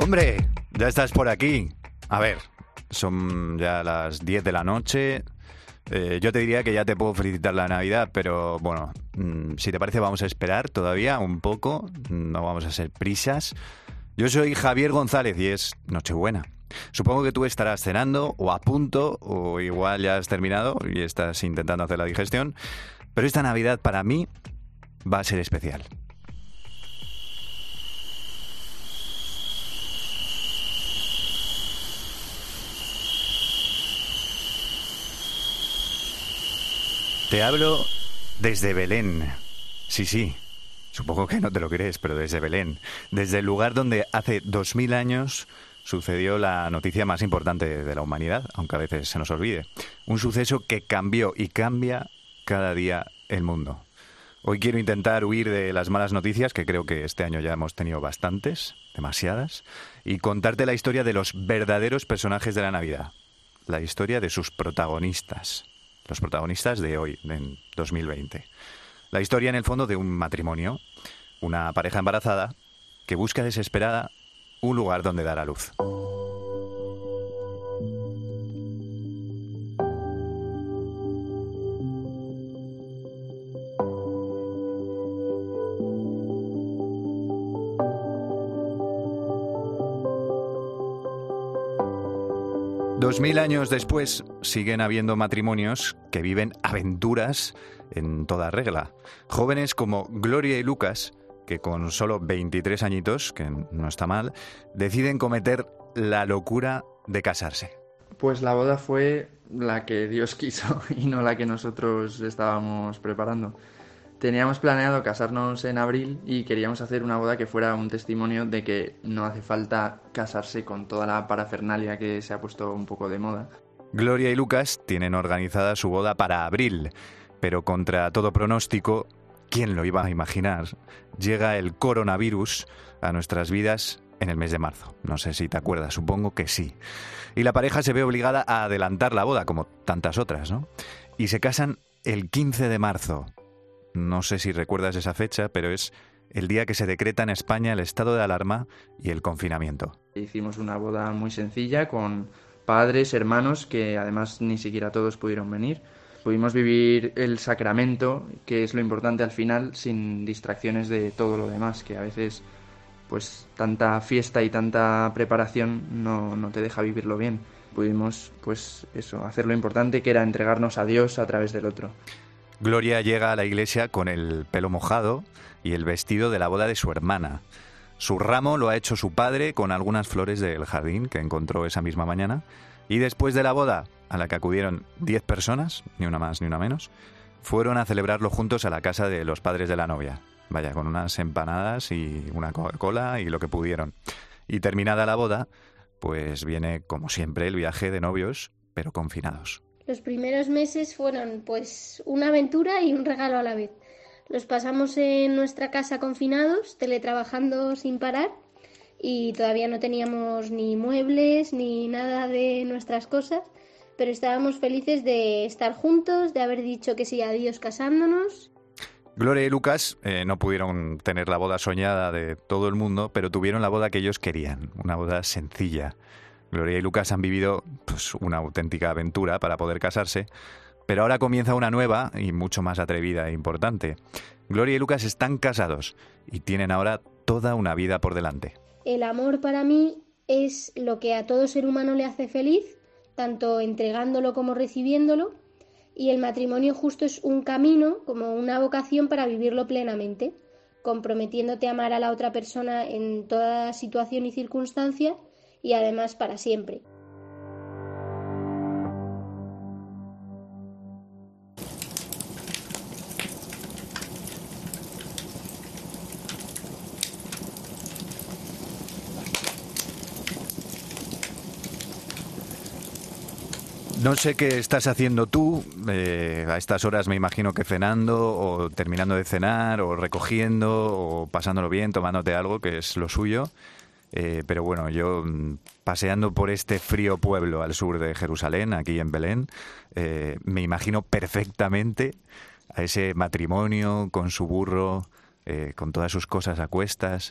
Hombre, ya estás por aquí. A ver, son ya las 10 de la noche. Yo te diría que ya te puedo felicitar la Navidad, pero bueno, si te parece vamos a esperar todavía un poco, no vamos a hacer prisas. Yo soy Javier González y es Nochebuena. Supongo que tú estarás cenando o a punto, o igual ya has terminado y estás intentando hacer la digestión, pero esta Navidad para mí va a ser especial. Te hablo desde Belén. Sí, supongo que no te lo crees, pero desde Belén. Desde el lugar donde hace 2000 años sucedió la noticia más importante de la humanidad, aunque a veces se nos olvide. Un suceso que cambió y cambia cada día el mundo. Hoy quiero intentar huir de las malas noticias, que creo que este año ya hemos tenido bastantes, demasiadas, y contarte la historia de los verdaderos personajes de la Navidad. La historia de sus protagonistas. Los protagonistas de hoy, en 2020. La historia, en el fondo, de un matrimonio, una pareja embarazada que busca desesperada un lugar donde dar a luz. Dos mil años después, siguen habiendo matrimonios que viven aventuras en toda regla. Jóvenes como Gloria y Lucas, que con solo 23 añitos, que no está mal, deciden cometer la locura de casarse. Pues la boda fue la que Dios quiso y no la que nosotros estábamos preparando. Teníamos planeado casarnos en abril y queríamos hacer una boda que fuera un testimonio de que no hace falta casarse con toda la parafernalia que se ha puesto un poco de moda. Gloria y Lucas tienen organizada su boda para abril, pero contra todo pronóstico, ¿quién lo iba a imaginar? Llega el coronavirus a nuestras vidas en el mes de marzo. No sé si te acuerdas, supongo que sí. Y la pareja se ve obligada a adelantar la boda, como tantas otras, ¿no? Y se casan el 15 de marzo. No sé si recuerdas esa fecha, pero es el día que se decreta en España el estado de alarma y el confinamiento. Hicimos una boda muy sencilla con padres, hermanos, que además ni siquiera todos pudieron venir. Pudimos vivir el sacramento, que es lo importante al final, sin distracciones de todo lo demás, que a veces pues tanta fiesta y tanta preparación no te deja vivirlo bien. Pudimos pues eso, hacer lo importante, que era entregarnos a Dios a través del otro. Gloria llega a la iglesia con el pelo mojado y el vestido de la boda de su hermana. Su ramo lo ha hecho su padre con algunas flores del jardín que encontró esa misma mañana. Y después de la boda, a la que acudieron 10 personas, ni una más ni una menos, fueron a celebrarlo juntos a la casa de los padres de la novia. Vaya, con unas empanadas y una Coca-Cola y lo que pudieron. Y terminada la boda, pues viene, como siempre, el viaje de novios, pero confinados. Los primeros meses fueron pues una aventura y un regalo a la vez. Los pasamos en nuestra casa confinados, teletrabajando sin parar, y todavía no teníamos ni muebles ni nada de nuestras cosas, pero estábamos felices de estar juntos, de haber dicho que sí a Dios casándonos. Gloria y Lucas no pudieron tener la boda soñada de todo el mundo, pero tuvieron la boda que ellos querían, una boda sencilla. Gloria y Lucas han vivido pues, una auténtica aventura para poder casarse, pero ahora comienza una nueva y mucho más atrevida e importante. Gloria y Lucas están casados y tienen ahora toda una vida por delante. El amor para mí es lo que a todo ser humano le hace feliz, tanto entregándolo como recibiéndolo, y el matrimonio justo es un camino, como una vocación para vivirlo plenamente, comprometiéndote a amar a la otra persona en toda situación y circunstancia, y además para siempre. No sé qué estás haciendo tú, a estas horas me imagino que cenando o terminando de cenar o recogiendo o pasándolo bien, tomándote algo, que es lo suyo. Pero bueno, yo paseando por este frío pueblo al sur de Jerusalén, aquí en Belén, me imagino perfectamente a ese matrimonio con su burro, con todas sus cosas a cuestas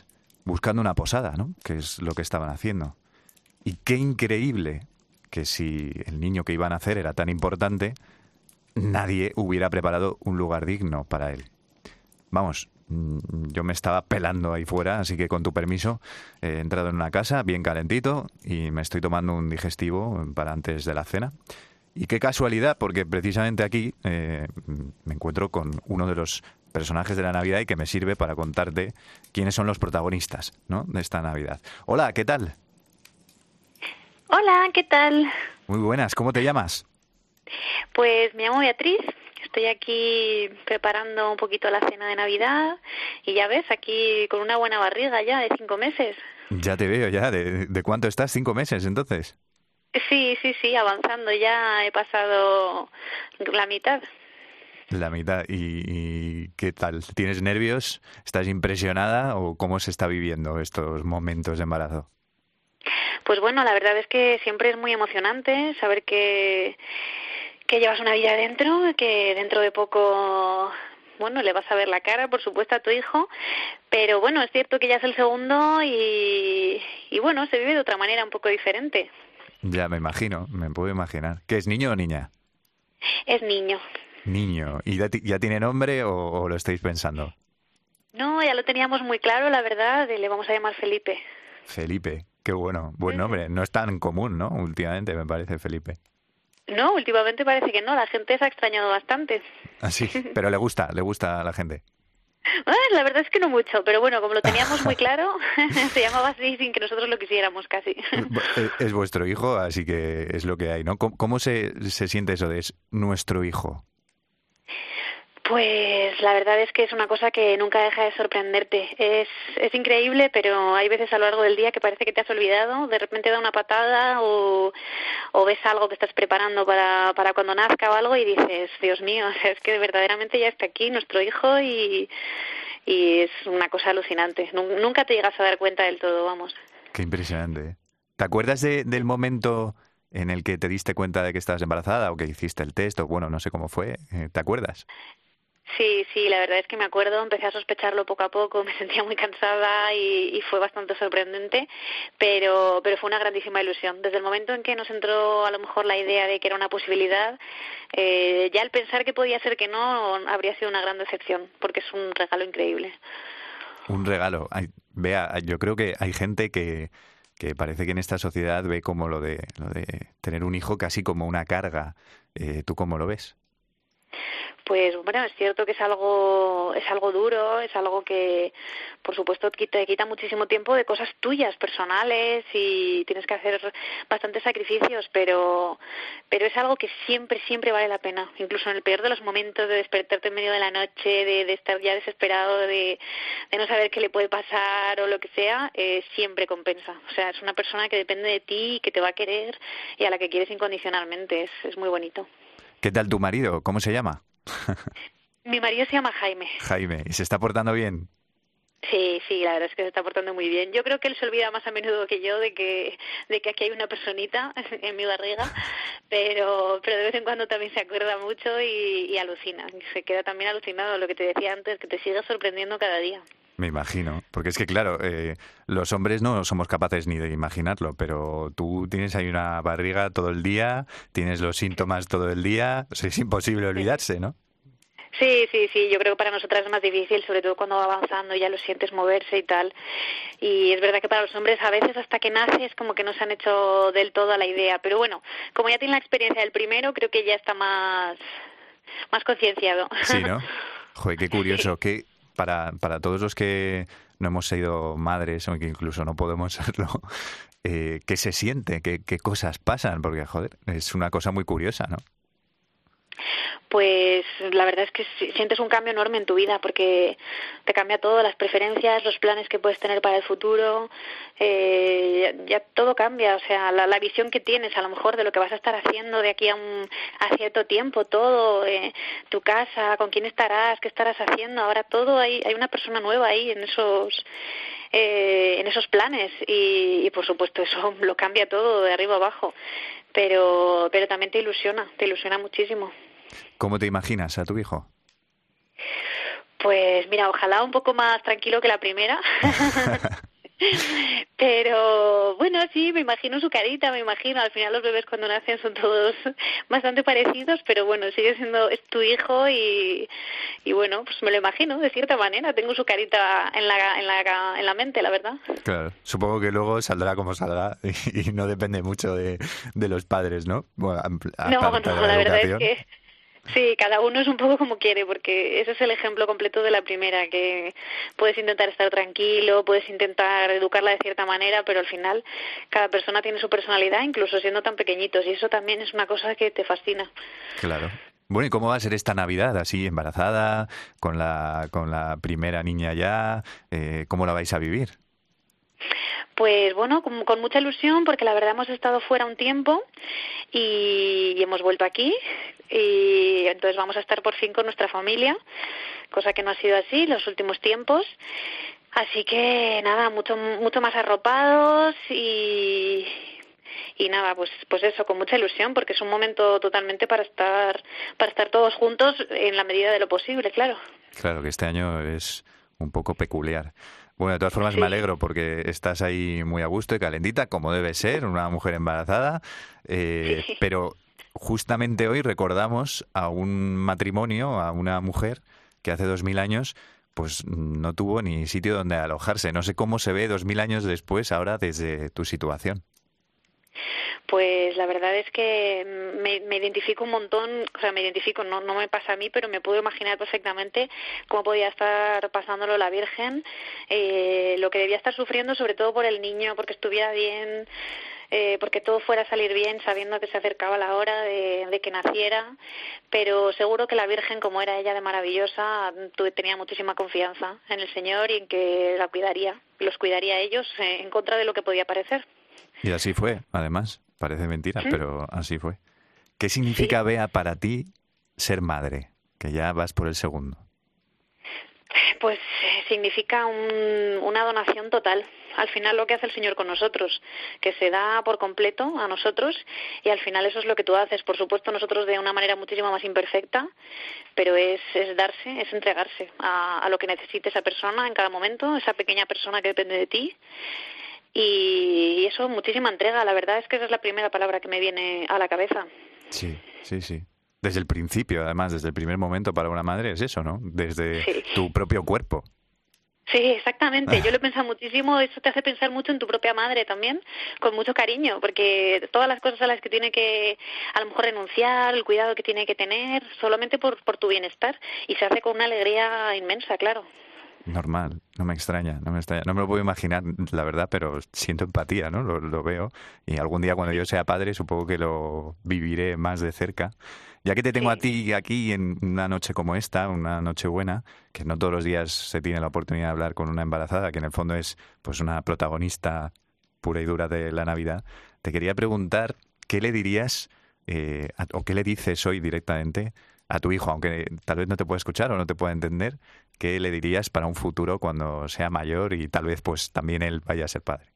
buscando una posada, ¿no? Que es lo que estaban haciendo. Y qué increíble que si el niño que iban a hacer era tan importante, nadie hubiera preparado un lugar digno para él. Vamos, yo me estaba pelando ahí fuera, así que con tu permiso he entrado en una casa bien calentito y me estoy tomando un digestivo para antes de la cena. Y qué casualidad, porque precisamente aquí me encuentro con uno de los personajes de la Navidad y que me sirve para contarte quiénes son los protagonistas, ¿no?, de esta Navidad. Hola, ¿qué tal? Hola, ¿qué tal? Muy buenas, ¿cómo te llamas? Pues me llamo Beatriz, estoy aquí preparando un poquito la cena de Navidad y ya ves, aquí con una buena barriga ya de 5 meses. Ya te veo, ya. ¿De cuánto estás? 5 meses, entonces. Sí, avanzando, ya he pasado la mitad. La mitad. ¿Y qué tal? ¿Tienes nervios? ¿Estás impresionada o cómo se está viviendo estos momentos de embarazo? Pues bueno, la verdad es que siempre es muy emocionante saber que llevas una vida dentro, que dentro de poco, bueno, le vas a ver la cara, por supuesto, a tu hijo, pero bueno, es cierto que ya es el segundo y bueno, se vive de otra manera un poco diferente. Ya me imagino, me puedo imaginar. ¿Qué es, niño o niña? Es niño. Niño. ¿Y ya tiene nombre o lo estáis pensando? No, ya lo teníamos muy claro, la verdad, y le vamos a llamar Felipe. Felipe, qué bueno, buen nombre. No es tan común, ¿no? Últimamente me parece Felipe. No, últimamente parece que no, la gente se ha extrañado bastante. Ah, sí, pero le gusta a la gente. La verdad es que no mucho, pero bueno, como lo teníamos muy claro, se llamaba así sin que nosotros lo quisiéramos casi. Es vuestro hijo, así que es lo que hay, ¿no? ¿Cómo se siente eso de es nuestro hijo? Pues la verdad es que es una cosa que nunca deja de sorprenderte. Es increíble, pero hay veces a lo largo del día que parece que te has olvidado, de repente da una patada o ves algo que estás preparando para cuando nazca o algo y dices, Dios mío, o sea, es que verdaderamente ya está aquí nuestro hijo y es una cosa alucinante. Nunca te llegas a dar cuenta del todo, vamos. Qué impresionante. ¿Te acuerdas del momento en el que te diste cuenta de que estabas embarazada o que hiciste el test o bueno, no sé cómo fue? ¿Te acuerdas? Sí, la verdad es que me acuerdo, empecé a sospecharlo poco a poco, me sentía muy cansada y fue bastante sorprendente, pero fue una grandísima ilusión. Desde el momento en que nos entró a lo mejor la idea de que era una posibilidad, ya el pensar que podía ser que no habría sido una gran decepción, porque es un regalo increíble. Un regalo. Vea, yo creo que hay gente que parece que en esta sociedad ve como lo de tener un hijo casi como una carga. ¿Tú cómo lo ves? Pues bueno, es cierto que es algo duro, es algo que por supuesto te quita muchísimo tiempo de cosas tuyas, personales, y tienes que hacer bastantes sacrificios, pero es algo que siempre vale la pena, incluso en el peor de los momentos de despertarte en medio de la noche, de estar ya desesperado, de no saber qué le puede pasar o lo que sea, siempre compensa. O sea, es una persona que depende de ti, que te va a querer y a la que quieres incondicionalmente, es muy bonito. ¿Qué tal tu marido? ¿Cómo se llama? Mi marido se llama Jaime. Jaime, ¿y se está portando bien? Sí, la verdad es que se está portando muy bien. Yo creo que él se olvida más a menudo que yo de que aquí hay una personita en mi barriga, pero de vez en cuando también se acuerda mucho y alucina. Se queda también alucinado, lo que te decía antes, que te sigue sorprendiendo cada día. Me imagino, porque es que claro, los hombres no somos capaces ni de imaginarlo, pero tú tienes ahí una barriga todo el día, tienes los síntomas todo el día, o sea, es imposible olvidarse, ¿no? Sí, yo creo que para nosotras es más difícil, sobre todo cuando va avanzando, ya lo sientes moverse y tal. Y es verdad que para los hombres a veces hasta que nace es como que no se han hecho del todo a la idea, pero bueno, como ya tienen la experiencia del primero, creo que ya está más concienciado. Sí, ¿no? Joder, qué curioso, que para todos los que no hemos sido madres o que incluso no podemos serlo, ¿qué se siente? ¿Qué cosas pasan? Porque, joder, es una cosa muy curiosa, ¿no? Pues la verdad es que sientes un cambio enorme en tu vida porque te cambia todo, las preferencias, los planes que puedes tener para el futuro, ya todo cambia, o sea, la visión que tienes a lo mejor de lo que vas a estar haciendo de aquí a cierto tiempo, todo, tu casa, con quién estarás, qué estarás haciendo, ahora todo, hay una persona nueva ahí en esos planes y por supuesto eso lo cambia todo de arriba abajo, pero también te ilusiona muchísimo. ¿Cómo te imaginas a tu hijo? Pues mira, ojalá un poco más tranquilo que la primera, Pero bueno, sí, me imagino su carita, me imagino. Al final los bebés cuando nacen son todos bastante parecidos, pero bueno, sigue siendo, es tu hijo y bueno, pues me lo imagino de cierta manera. Tengo su carita en la mente, la verdad. Claro, supongo que luego saldrá como saldrá y no depende mucho de los padres, ¿no? Bueno, No, la verdad es que sí, cada uno es un poco como quiere, porque ese es el ejemplo completo de la primera, que puedes intentar estar tranquilo, puedes intentar educarla de cierta manera, pero al final cada persona tiene su personalidad, incluso siendo tan pequeñitos, y eso también es una cosa que te fascina. Claro. Bueno, ¿y cómo va a ser esta Navidad? ¿Así, embarazada, con la primera niña ya? ¿Cómo la vais a vivir? Pues bueno, con mucha ilusión, porque la verdad hemos estado fuera un tiempo y hemos vuelto aquí, y entonces vamos a estar por fin con nuestra familia, cosa que no ha sido así los últimos tiempos. Así que nada, mucho más arropados y nada, pues eso, con mucha ilusión, porque es un momento totalmente para estar todos juntos en la medida de lo posible, claro. Claro, que este año es un poco peculiar. Bueno, de todas formas, sí, me alegro porque estás ahí muy a gusto y calentita, como debe ser, una mujer embarazada. Sí. Pero justamente hoy recordamos a un matrimonio, a una mujer que hace 2000 años pues no tuvo ni sitio donde alojarse. No sé cómo se ve 2000 años después ahora desde tu situación. Pues la verdad es que me identifico un montón, o sea, no me pasa a mí, pero me puedo imaginar perfectamente cómo podía estar pasándolo la Virgen, lo que debía estar sufriendo, sobre todo por el niño, porque estuviera bien, porque todo fuera a salir bien, sabiendo que se acercaba la hora de que naciera, pero seguro que la Virgen, como era ella de maravillosa, tenía muchísima confianza en el Señor y en que los cuidaría a ellos en contra de lo que podía parecer. Y así fue, además. Parece mentira, pero así fue. ¿Qué significa, Bea, para ti ser madre? Que ya vas por el segundo. Pues significa una donación total. Al final lo que hace el Señor con nosotros, que se da por completo a nosotros, y al final eso es lo que tú haces. Por supuesto, nosotros de una manera muchísimo más imperfecta, pero es darse, es entregarse a lo que necesite esa persona en cada momento, esa pequeña persona que depende de ti. Y eso, muchísima entrega. La verdad es que esa es la primera palabra que me viene a la cabeza. Sí. Desde el principio, además, desde el primer momento para una madre es eso, ¿no? Desde tu propio cuerpo. Sí, exactamente. Yo lo he pensado muchísimo. Eso te hace pensar mucho en tu propia madre también, con mucho cariño, porque todas las cosas a las que tiene que, a lo mejor, renunciar, el cuidado que tiene que tener, solamente por tu bienestar, y se hace con una alegría inmensa, claro. Normal, no me extraña. No me lo puedo imaginar, la verdad, pero siento empatía, ¿no? Lo veo. Y algún día cuando yo sea padre supongo que lo viviré más de cerca. Ya que te tengo a ti aquí en una noche como esta, una noche buena, que no todos los días se tiene la oportunidad de hablar con una embarazada, que en el fondo es pues una protagonista pura y dura de la Navidad, te quería preguntar qué le dirías o qué le dices hoy directamente a tu hijo, aunque tal vez no te pueda escuchar o no te pueda entender. ¿Qué le dirías para un futuro cuando sea mayor y tal vez pues también él vaya a ser padre?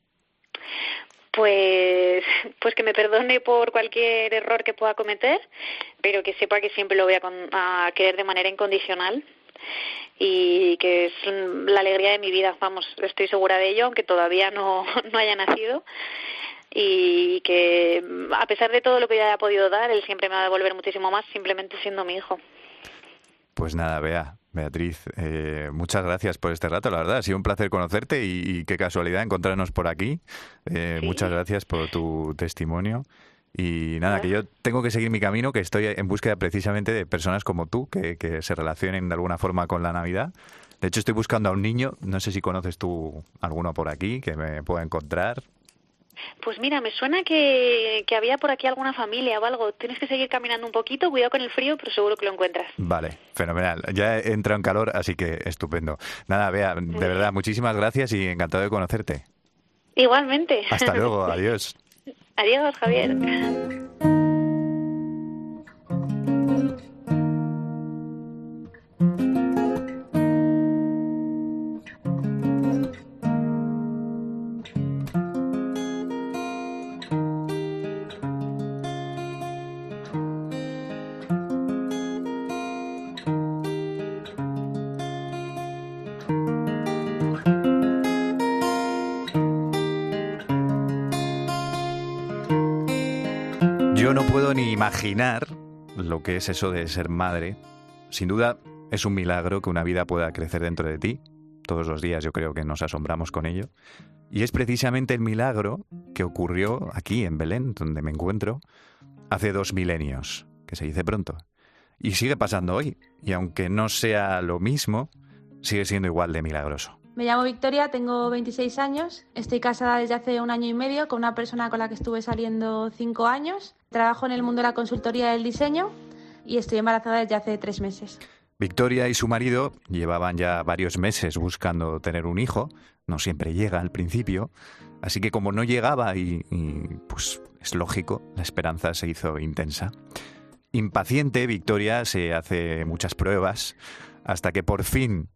Pues que me perdone por cualquier error que pueda cometer, pero que sepa que siempre lo voy a querer de manera incondicional y que es la alegría de mi vida. Vamos, estoy segura de ello, aunque todavía no haya nacido. Y que a pesar de todo lo que yo haya podido dar, él siempre me va a devolver muchísimo más simplemente siendo mi hijo. Pues nada, Beatriz, muchas gracias por este rato, la verdad, ha sido un placer conocerte y qué casualidad encontrarnos por aquí. Muchas gracias por tu testimonio. Y nada, que yo tengo que seguir mi camino, que estoy en búsqueda precisamente de personas como tú, que se relacionen de alguna forma con la Navidad. De hecho, estoy buscando a un niño, no sé si conoces tú alguno por aquí que me pueda encontrar. Pues mira, me suena que había por aquí alguna familia o algo. Tienes que seguir caminando un poquito, cuidado con el frío, pero seguro que lo encuentras. Vale, fenomenal. Ya he entrado en calor, así que estupendo. Nada, Bea, de verdad, muchísimas gracias y encantado de conocerte. Igualmente. Hasta luego, adiós. Adiós, Javier. Yo no puedo ni imaginar lo que es eso de ser madre. Sin duda es un milagro que una vida pueda crecer dentro de ti. Todos los días yo creo que nos asombramos con ello. Y es precisamente el milagro que ocurrió aquí en Belén, donde me encuentro, hace 2 milenios, que se dice pronto. Y sigue pasando hoy. Y aunque no sea lo mismo, sigue siendo igual de milagroso. Me llamo Victoria, tengo 26 años, estoy casada desde hace 1 año y medio con una persona con la que estuve saliendo 5 años. Trabajo en el mundo de la consultoría del diseño y estoy embarazada desde hace 3 meses. Victoria y su marido llevaban ya varios meses buscando tener un hijo. No siempre llega al principio. Así que como no llegaba y pues es lógico, la esperanza se hizo intensa. Impaciente, Victoria se hace muchas pruebas hasta que por fin,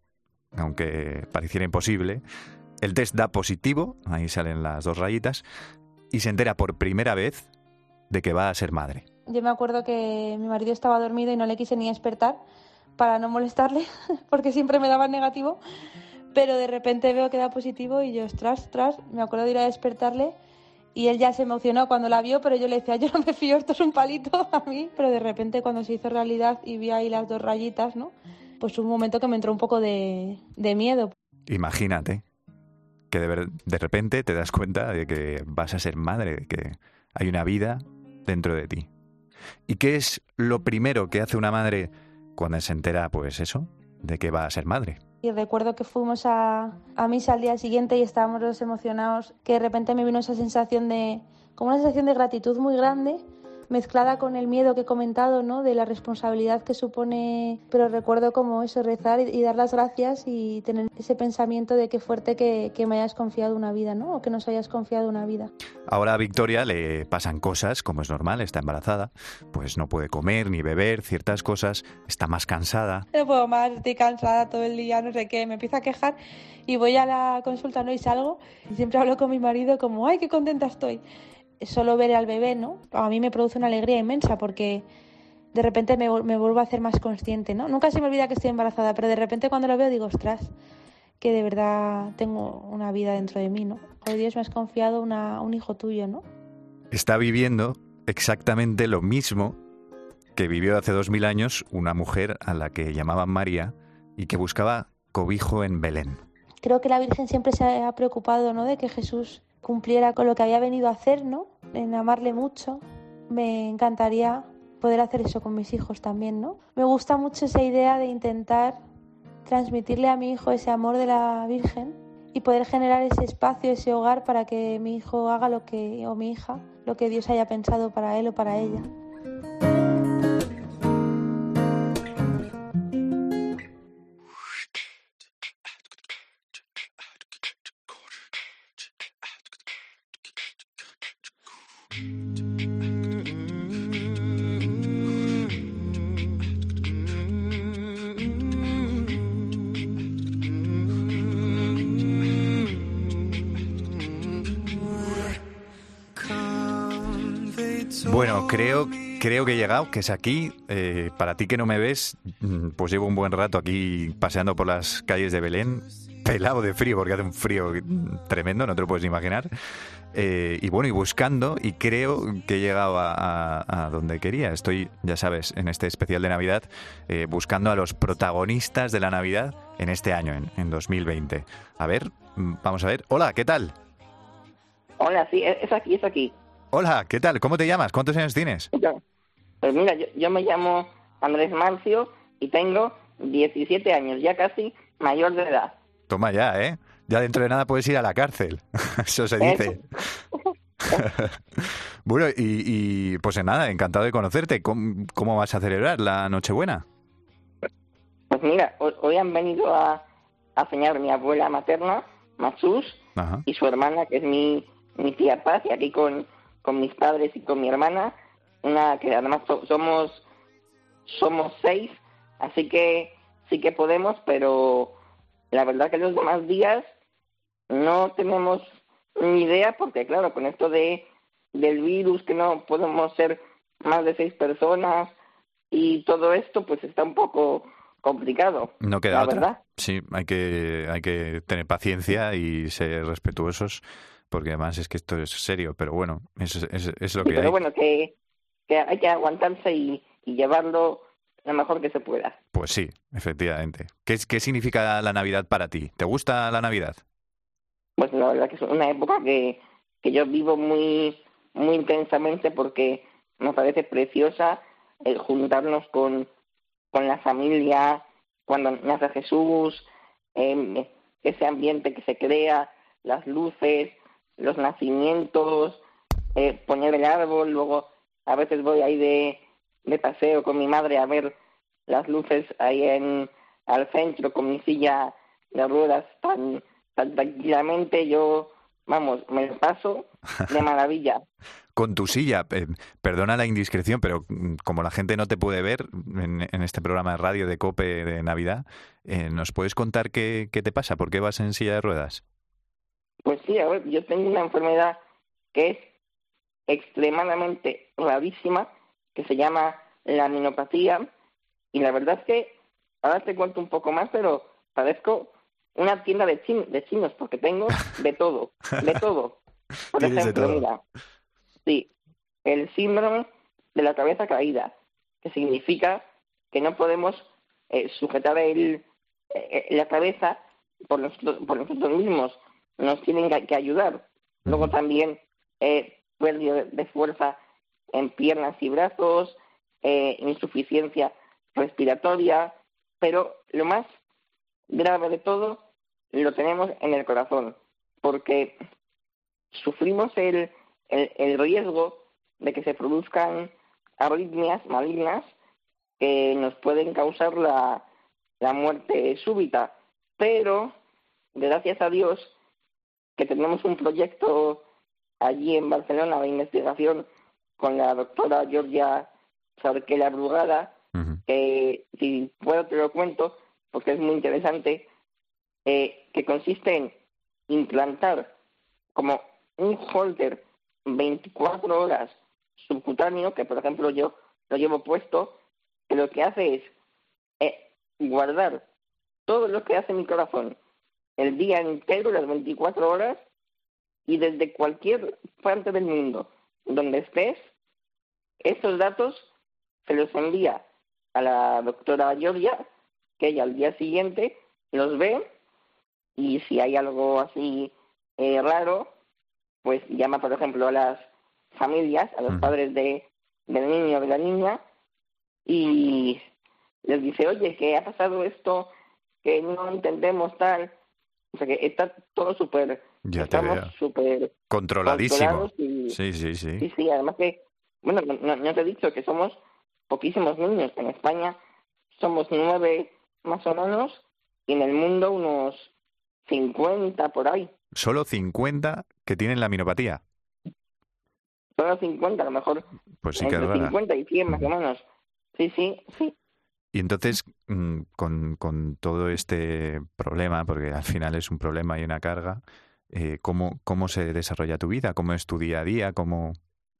aunque pareciera imposible, el test da positivo, ahí salen las 2 rayitas, y se entera por primera vez de que va a ser madre. Yo me acuerdo que mi marido estaba dormido y no le quise ni despertar para no molestarle, porque siempre me daba negativo, pero de repente veo que da positivo y yo, ostras, me acuerdo de ir a despertarle y él ya se emocionó cuando la vio, pero yo le decía, yo no me fío, esto es un palito a mí, pero de repente cuando se hizo realidad y vi ahí las 2 rayitas, ¿no? Pues un momento que me entró un poco de miedo. Imagínate que de repente te das cuenta de que vas a ser madre, de que hay una vida dentro de ti. ¿Y qué es lo primero que hace una madre cuando se entera, pues eso, de que va a ser madre? Y recuerdo que fuimos a misa al día siguiente y estábamos los emocionados, que de repente me vino esa sensación como una sensación de gratitud muy grande, mezclada con el miedo que he comentado, ¿no? De la responsabilidad que supone, pero recuerdo como eso, rezar y dar las gracias y tener ese pensamiento de qué fuerte que me hayas confiado una vida, ¿no? O que nos hayas confiado una vida. Ahora a Victoria le pasan cosas, como es normal, está embarazada, pues no puede comer ni beber ciertas cosas, está más cansada. No puedo más, estoy cansada todo el día, no sé qué, me empiezo a quejar y voy a la consulta, ¿no? Y salgo y siempre hablo con mi marido como, ¡ay, qué contenta estoy! Solo ver al bebé, ¿no? A mí me produce una alegría inmensa porque de repente me vuelvo a hacer más consciente, ¿no? Nunca se me olvida que estoy embarazada, pero de repente cuando lo veo digo, ostras, que de verdad tengo una vida dentro de mí, ¿no? Hoy Dios me has confiado un hijo tuyo, ¿no? Está viviendo exactamente lo mismo que vivió hace 2000 años una mujer a la que llamaban María y que buscaba cobijo en Belén. Creo que la Virgen siempre se ha preocupado, ¿no? De que Jesús cumpliera con lo que había venido a hacer, ¿no? En amarle mucho. Me encantaría poder hacer eso con mis hijos también, ¿no? Me gusta mucho esa idea de intentar transmitirle a mi hijo ese amor de la Virgen y poder generar ese espacio, ese hogar para que mi hijo haga o mi hija, lo que Dios haya pensado para él o para ella. Bueno, creo que he llegado, que es aquí. Para ti que no me ves, pues llevo un buen rato aquí paseando por las calles de Belén, pelado de frío, porque hace un frío tremendo, no te lo puedes imaginar. Y bueno, y buscando, y creo que he llegado a donde quería. Estoy, ya sabes, en este especial de Navidad, buscando a los protagonistas de la Navidad en este año, en 2020. A ver, vamos a ver. Hola, ¿qué tal? Hola, sí, es aquí. Hola, ¿qué tal? ¿Cómo te llamas? ¿Cuántos años tienes? Pues mira, yo me llamo Andrés Marcio y tengo 17 años, ya casi mayor de edad. Toma ya, ¿eh? Ya dentro de nada puedes ir a la cárcel. Eso se dice. Bueno, y pues nada, encantado de conocerte. ¿Cómo vas a celebrar la Nochebuena? Pues mira, hoy han venido a cenar mi abuela materna, Machús, y su hermana, que es mi tía Paz, y aquí con mis padres y con mi hermana, que además somos 6, así que sí que podemos, pero la verdad que los demás días no tenemos ni idea, porque claro, con esto del virus, que no podemos ser más de 6 personas y todo esto, pues está un poco complicado. No queda la otra. verdad. Sí, hay que tener paciencia y ser respetuosos, porque además es que esto es serio, pero bueno, es lo que hay. Pero bueno, que que hay que aguantarse y llevarlo lo mejor que se pueda. Pues sí, efectivamente. ¿Qué significa la Navidad para ti? ¿Te gusta la Navidad? Pues la verdad que es una época que yo vivo muy, muy intensamente porque me parece preciosa el juntarnos con la familia, cuando nace Jesús, ese ambiente que se crea, las luces, los nacimientos, poner el árbol, luego a veces voy ahí de paseo con mi madre a ver las luces ahí al centro con mi silla de ruedas tan tranquilamente. Yo, vamos, me lo paso de maravilla. Con tu silla, perdona la indiscreción, pero como la gente no te puede ver en este programa de radio de COPE de Navidad, ¿nos puedes contar qué te pasa? ¿Por qué vas en silla de ruedas? Pues sí, a ver, yo tengo una enfermedad que es extremadamente rarísima, que se llama la minopatía, y la verdad es que, ahora te cuento un poco más, pero parezco una tienda de chinos, porque tengo de todo, de todo. Por ejemplo, mira, sí, el síndrome de la cabeza caída, que significa que no podemos sujetar la cabeza por nosotros mismos, nos tienen que ayudar. Luego también pérdida de fuerza en piernas y brazos, insuficiencia respiratoria, pero lo más grave de todo lo tenemos en el corazón, porque sufrimos el riesgo de que se produzcan arritmias malignas que nos pueden causar la muerte súbita. Pero, gracias a Dios, que tenemos un proyecto allí en Barcelona de investigación con la doctora Georgia Sarquela Brugada, que si puedo te lo cuento, porque es muy interesante, que consiste en implantar como un holter 24 horas subcutáneo, que por ejemplo yo lo llevo puesto, que lo que hace es guardar todo lo que hace mi corazón el día entero, las 24 horas, y desde cualquier parte del mundo donde estés, esos datos se los envía a la doctora Georgia, que ella al día siguiente los ve, y si hay algo así raro, pues llama, por ejemplo, a las familias, a los padres del niño o de la niña, y les dice, oye, que ha pasado esto, que no entendemos tal. O sea que está todo estamos súper controladísimo. Sí, además que, bueno, no te he dicho que somos poquísimos niños. En España somos 9 más o menos, y en el mundo unos 50 por ahí. ¿Solo 50 que tienen la minopatía? Solo 50, a lo mejor. Pues sí que entre 50 y 100 más o menos. Sí. Y entonces, con todo este problema, porque al final es un problema y una carga, ¿cómo se desarrolla tu vida? ¿Cómo es tu día a día? Bueno,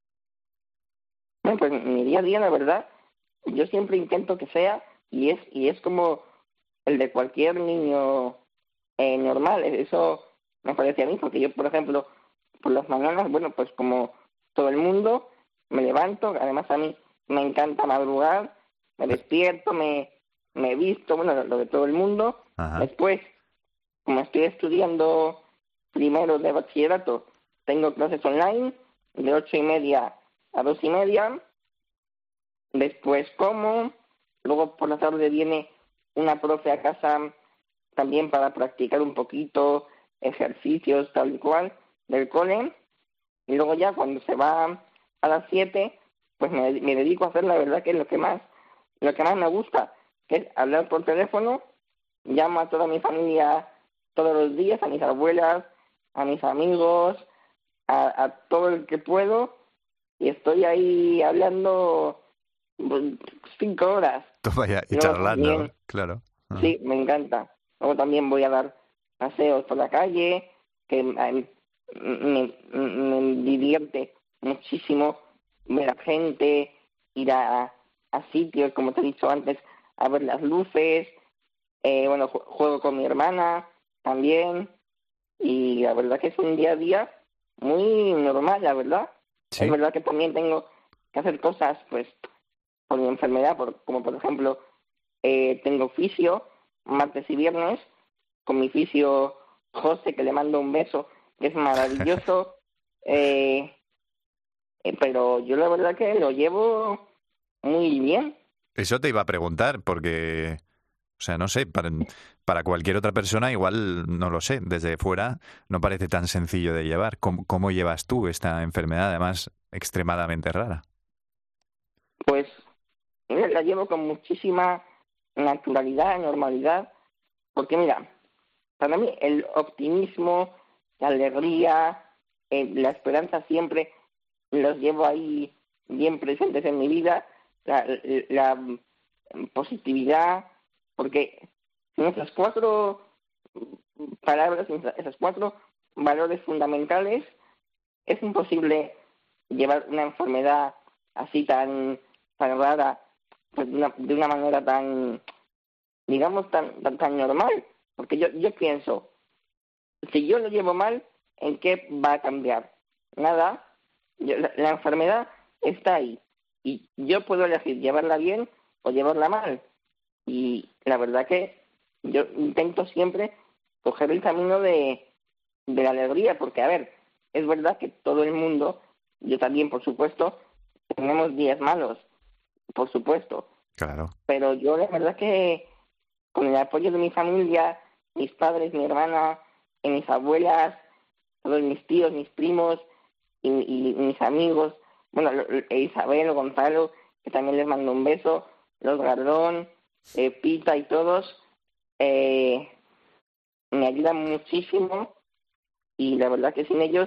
pues mi día a día, la verdad, yo siempre intento que sea, y es como el de cualquier niño normal. Eso me parece a mí, porque yo, por ejemplo, por las mañanas, bueno, pues como todo el mundo, me levanto, además a mí me encanta madrugar, me despierto, me visto, bueno, lo de todo el mundo. Ajá. Después, como estoy estudiando primero de bachillerato, tengo clases online de 8:30 a 2:30. Después como, luego por la tarde viene una profe a casa también para practicar un poquito ejercicios tal y cual del cole, y luego ya cuando se va a las 7, pues me dedico a hacer, la verdad, que es lo que más me gusta, que es hablar por teléfono. Llamo a toda mi familia todos los días, a mis abuelas, a mis amigos, a todo el que puedo, y estoy ahí hablando 5 horas. Vaya, y charlando, también, claro. Sí, me encanta. Luego también voy a dar paseos por la calle, que me divierte muchísimo ver a gente, ir a sitios, como te he dicho antes, a ver las luces. Bueno, juego con mi hermana también, y la verdad que es un día a día muy normal, la verdad. Sí. Es verdad que también tengo hacer cosas, pues, por mi enfermedad, como por ejemplo, tengo fisio martes y viernes, con mi fisio José, que le mando un beso, que es maravilloso, pero yo la verdad que lo llevo muy bien. Eso te iba a preguntar, porque, o sea, no sé, para cualquier otra persona igual, no lo sé, desde fuera no parece tan sencillo de llevar. ¿Cómo llevas tú esta enfermedad, además, extremadamente rara? Pues la llevo con muchísima naturalidad, normalidad, porque mira, para mí el optimismo, la alegría, la esperanza siempre los llevo ahí bien presentes en mi vida, la positividad, porque sin esas 4 palabras, esos 4 valores fundamentales, es imposible llevar una enfermedad así tan rara, pues de una manera tan, digamos, tan normal. Porque yo pienso, si yo lo llevo mal, ¿en qué va a cambiar? Nada. La enfermedad está ahí. Y yo puedo elegir llevarla bien o llevarla mal. Y la verdad que yo intento siempre coger el camino de la alegría, porque, a ver, es verdad que todo el mundo, yo también, por supuesto, tenemos días malos, por supuesto. Claro. Pero yo la verdad que con el apoyo de mi familia, mis padres, mi hermana, mis abuelas, todos mis tíos, mis primos y mis amigos, bueno, Isabel, Gonzalo, que también les mando un beso, los Gardón, Pita y todos, me ayudan muchísimo y la verdad que sin ellos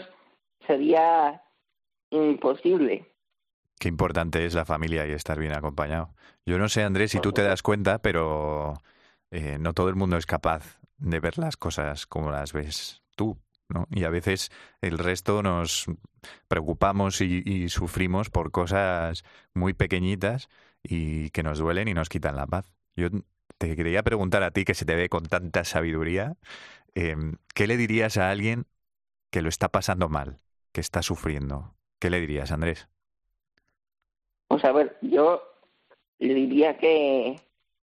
sería imposible. Qué importante es la familia y estar bien acompañado. Yo no sé, Andrés, si tú te das cuenta, pero no todo el mundo es capaz de ver las cosas como las ves tú, ¿no? Y a veces el resto nos preocupamos y sufrimos por cosas muy pequeñitas y que nos duelen y nos quitan la paz. Yo te quería preguntar a ti, que se te ve con tanta sabiduría, ¿qué le dirías a alguien que lo está pasando mal, que está sufriendo? ¿Qué le dirías, Andrés? Pues a ver, yo le diría que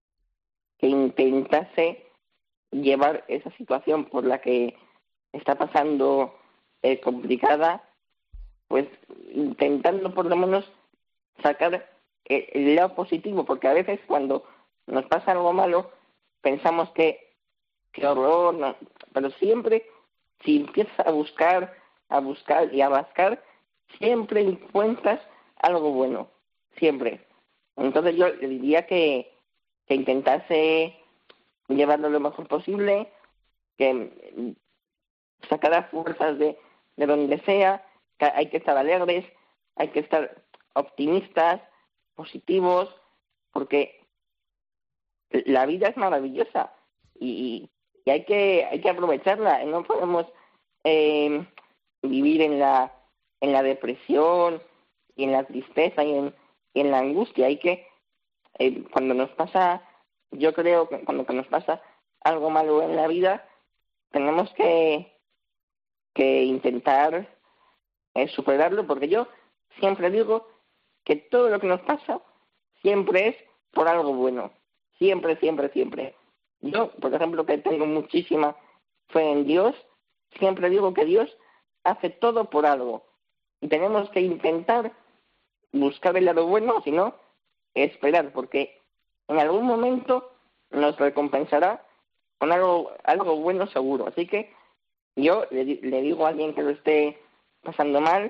intentase llevar esa situación por la que está pasando complicada, pues intentando por lo menos sacar el lado positivo, porque a veces cuando nos pasa algo malo pensamos que horror, no, pero siempre si empiezas a buscar y a rascar, siempre encuentras algo bueno, siempre. Entonces yo le diría que intentase llevarlo lo mejor posible, que sacara fuerzas de donde sea, que hay que estar alegres, hay que estar optimistas, positivos, porque la vida es maravillosa y hay que aprovecharla. No podemos vivir en la depresión y en la tristeza y en la angustia. Hay que, cuando nos pasa, yo creo que cuando nos pasa algo malo en la vida, tenemos que intentar superarlo, porque yo siempre digo que todo lo que nos pasa siempre es por algo bueno. Siempre, siempre, siempre. Yo, por ejemplo, que tengo muchísima fe en Dios, siempre digo que Dios hace todo por algo. Y tenemos que intentar buscar el lado bueno, si no, esperar, porque en algún momento nos recompensará con algo bueno seguro. Así que yo le digo a alguien que lo esté pasando mal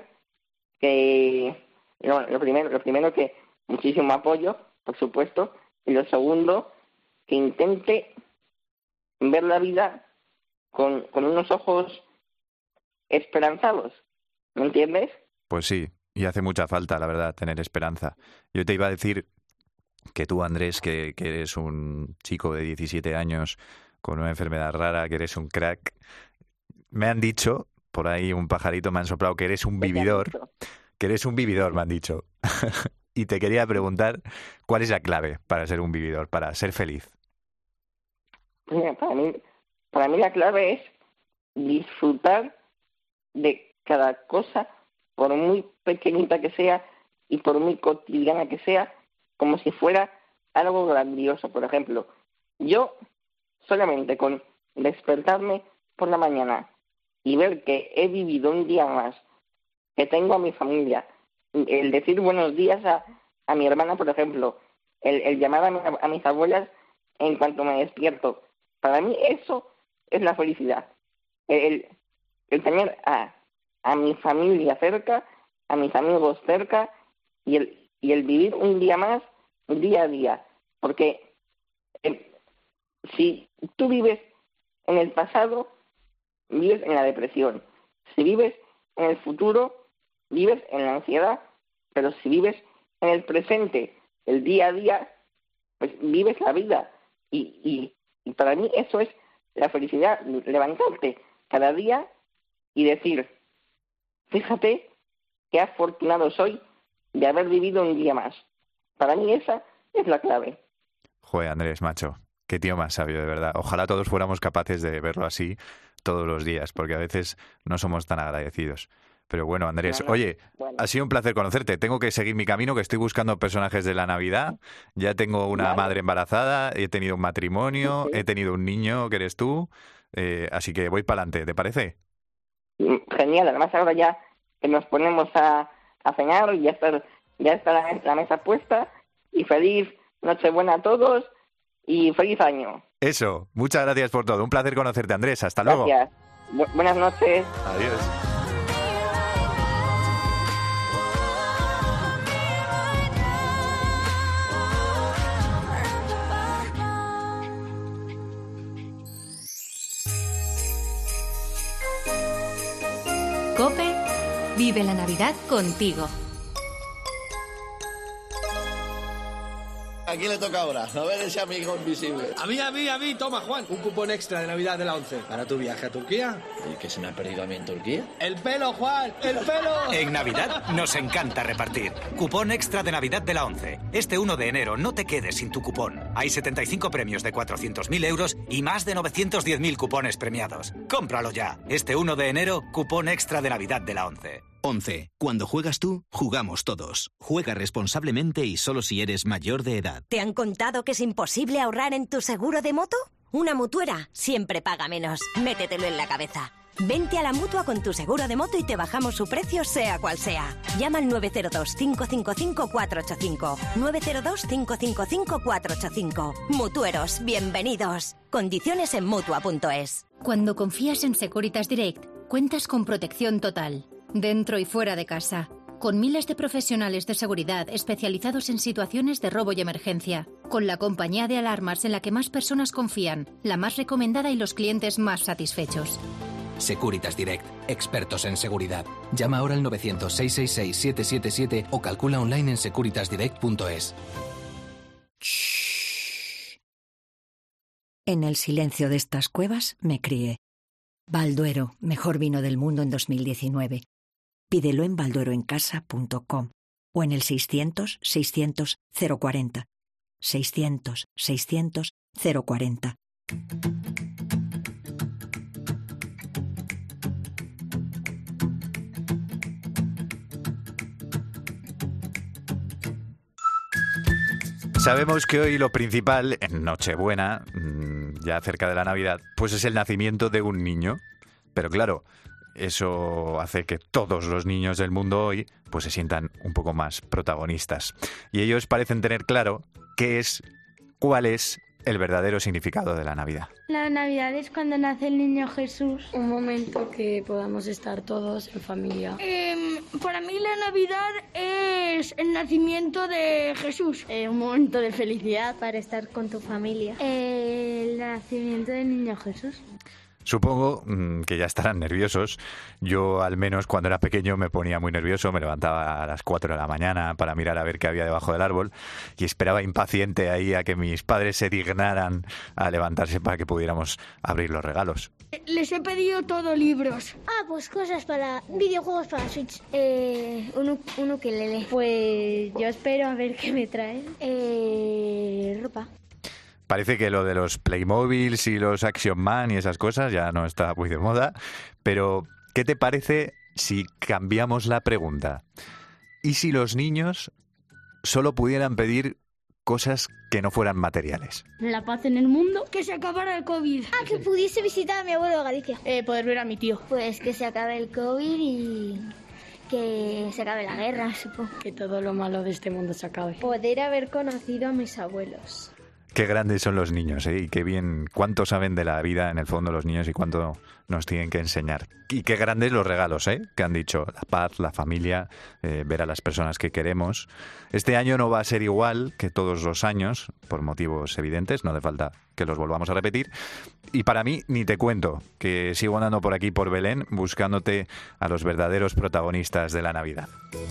que lo primero que muchísimo apoyo, por supuesto, y lo segundo, que intente ver la vida con unos ojos esperanzados, ¿me entiendes? Pues sí, y hace mucha falta, la verdad, tener esperanza. Yo te iba a decir que tú, Andrés, que eres un chico de 17 años con una enfermedad rara, que eres un crack. Me han dicho, por ahí un pajarito me han soplado, que eres un vividor. Que eres un vividor, me han dicho. Y te quería preguntar, ¿cuál es la clave para ser un vividor, para ser feliz? Mira, para mí la clave es disfrutar de cada cosa, por muy pequeñita que sea, y por muy cotidiana que sea, como si fuera algo grandioso. Por ejemplo, yo solamente con despertarme por la mañana y ver que he vivido un día más, que tengo a mi familia, el decir buenos días a mi hermana, por ejemplo, el llamar a mis abuelas en cuanto me despierto, para mí eso es la felicidad. El tener a mi familia cerca, a mis amigos cerca, y el vivir un día más, día a día. Porque si tú vives en el pasado, vives en la depresión. Si vives en el futuro, vives en la ansiedad. Pero si vives en el presente, el día a día, pues vives la vida. Y para mí eso es la felicidad, levantarte cada día y decir, fíjate qué afortunado soy de haber vivido un día más. Para mí esa es la clave. Joder, Andrés, macho, qué tío más sabio, de verdad. Ojalá todos fuéramos capaces de verlo así todos los días, porque a veces no somos tan agradecidos. Pero bueno, Andrés, oye, ha sido un placer conocerte. Tengo que seguir mi camino, que estoy buscando personajes de la Navidad. Ya tengo una madre embarazada, he tenido un matrimonio, he tenido un niño, que eres tú. Así que voy para adelante, ¿te parece? Genial, además ahora ya que nos ponemos a cenar, ya está la mesa puesta, y feliz Nochebuena a todos y feliz año. Eso, muchas gracias por todo. Un placer conocerte, Andrés. Hasta luego. Gracias. Buenas noches. Adiós. COPE vive la Navidad contigo. ¿A quién le toca ahora? A ver ese amigo invisible. A mí, toma, Juan. Un cupón extra de Navidad de la 11 para tu viaje a Turquía. ¿Y qué se me ha perdido a mí en Turquía? ¡El pelo, Juan! ¡El pelo! En Navidad nos encanta repartir. Cupón extra de Navidad de la 11. Este 1 de enero no te quedes sin tu cupón. Hay 75 premios de 400.000 euros y más de 910.000 cupones premiados. ¡Cómpralo ya! Este 1 de enero, cupón extra de Navidad de la 11. 11. Cuando juegas tú, jugamos todos. Juega responsablemente y solo si eres mayor de edad. ¿Te han contado que es imposible ahorrar en tu seguro de moto? Una Mutuera siempre paga menos. Métetelo en la cabeza. Vente a la Mutua con tu seguro de moto y te bajamos su precio sea cual sea. Llama al 902-555-485. 902-555-485. Mutueros, bienvenidos. Condiciones en Mutua.es. Cuando confías en Securitas Direct, cuentas con protección total. Dentro y fuera de casa, con miles de profesionales de seguridad especializados en situaciones de robo y emergencia, con la compañía de alarmas en la que más personas confían, la más recomendada y los clientes más satisfechos. Securitas Direct, expertos en seguridad. Llama ahora al 900-666-777 o calcula online en securitasdirect.es. En el silencio de estas cuevas me crié. Balduero, mejor vino del mundo en 2019. Pídelo en baldueroencasa.com o en el 600-600-040. 600-600-040. Sabemos que hoy lo principal, en Nochebuena, ya cerca de la Navidad, pues es el nacimiento de un niño. Pero claro, eso hace que todos los niños del mundo hoy pues se sientan un poco más protagonistas. Y ellos parecen tener claro cuál es el verdadero significado de la Navidad. La Navidad es cuando nace el niño Jesús. Un momento que podamos estar todos en familia. Para mí la Navidad es el nacimiento de Jesús. Un momento de felicidad para estar con tu familia. El nacimiento del niño Jesús. Supongo que ya estarán nerviosos. Yo, al menos, cuando era pequeño me ponía muy nervioso. Me levantaba a las 4 de la mañana para mirar a ver qué había debajo del árbol y esperaba impaciente ahí a que mis padres se dignaran a levantarse para que pudiéramos abrir los regalos. Les he pedido todo libros. Pues cosas para videojuegos para Switch. Un ukelele. Pues yo espero a ver qué me traen. Ropa. Parece que lo de los Playmobiles y los Action Man y esas cosas ya no está muy de moda, pero ¿qué te parece si cambiamos la pregunta? ¿y si los niños solo pudieran pedir cosas que no fueran materiales? La paz en el mundo, que se acabara el COVID. Que pudiese visitar a mi abuelo de Galicia. Poder ver a mi tío. Pues que se acabe el COVID y que se acabe la guerra, supongo. Que todo lo malo de este mundo se acabe. Poder haber conocido a mis abuelos. Qué grandes son los niños, ¿eh? Y qué bien, cuánto saben de la vida en el fondo los niños y cuánto nos tienen que enseñar. Y qué grandes los regalos, ¿eh? Que han dicho, la paz, la familia, ver a las personas que queremos. Este año no va a ser igual que todos los años, por motivos evidentes, no hace falta que los volvamos a repetir. Y para mí, ni te cuento, que sigo andando por aquí, por Belén, buscándote a los verdaderos protagonistas de la Navidad.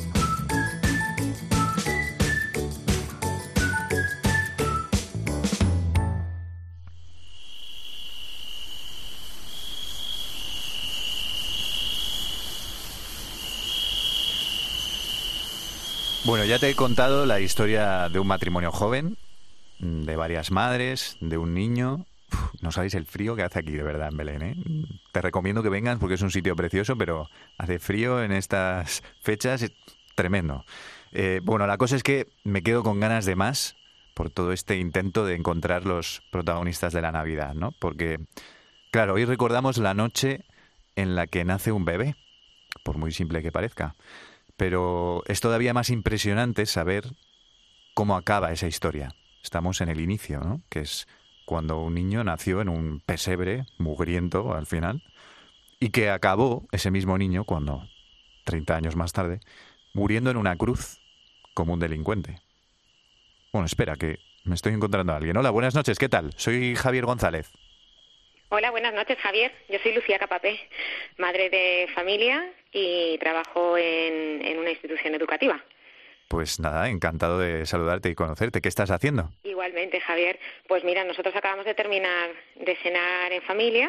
Bueno, ya te he contado la historia de un matrimonio joven, de varias madres, de un niño. No sabéis el frío que hace aquí, de verdad, en Belén, ¿eh? Te recomiendo que vengas porque es un sitio precioso, pero hace frío en estas fechas, tremendo. Bueno, la cosa es que me quedo con ganas de más por todo este intento de encontrar los protagonistas de la Navidad, ¿no? Porque, claro, hoy recordamos la noche en la que nace un bebé, por muy simple que parezca. Pero es todavía más impresionante saber cómo acaba esa historia. Estamos en el inicio, ¿no? Que es cuando un niño nació en un pesebre mugriento al final y que acabó ese mismo niño cuando, 30 años más tarde, muriendo en una cruz como un delincuente. Bueno, espera, que me estoy encontrando a alguien. Hola, buenas noches, ¿qué tal? Soy Javier González. Hola, buenas noches, Javier. Yo soy Lucía Capapé, madre de familia y trabajo en una institución educativa. Pues nada, encantado de saludarte y conocerte. ¿Qué estás haciendo? Igualmente, Javier. Pues mira, nosotros acabamos de terminar de cenar en familia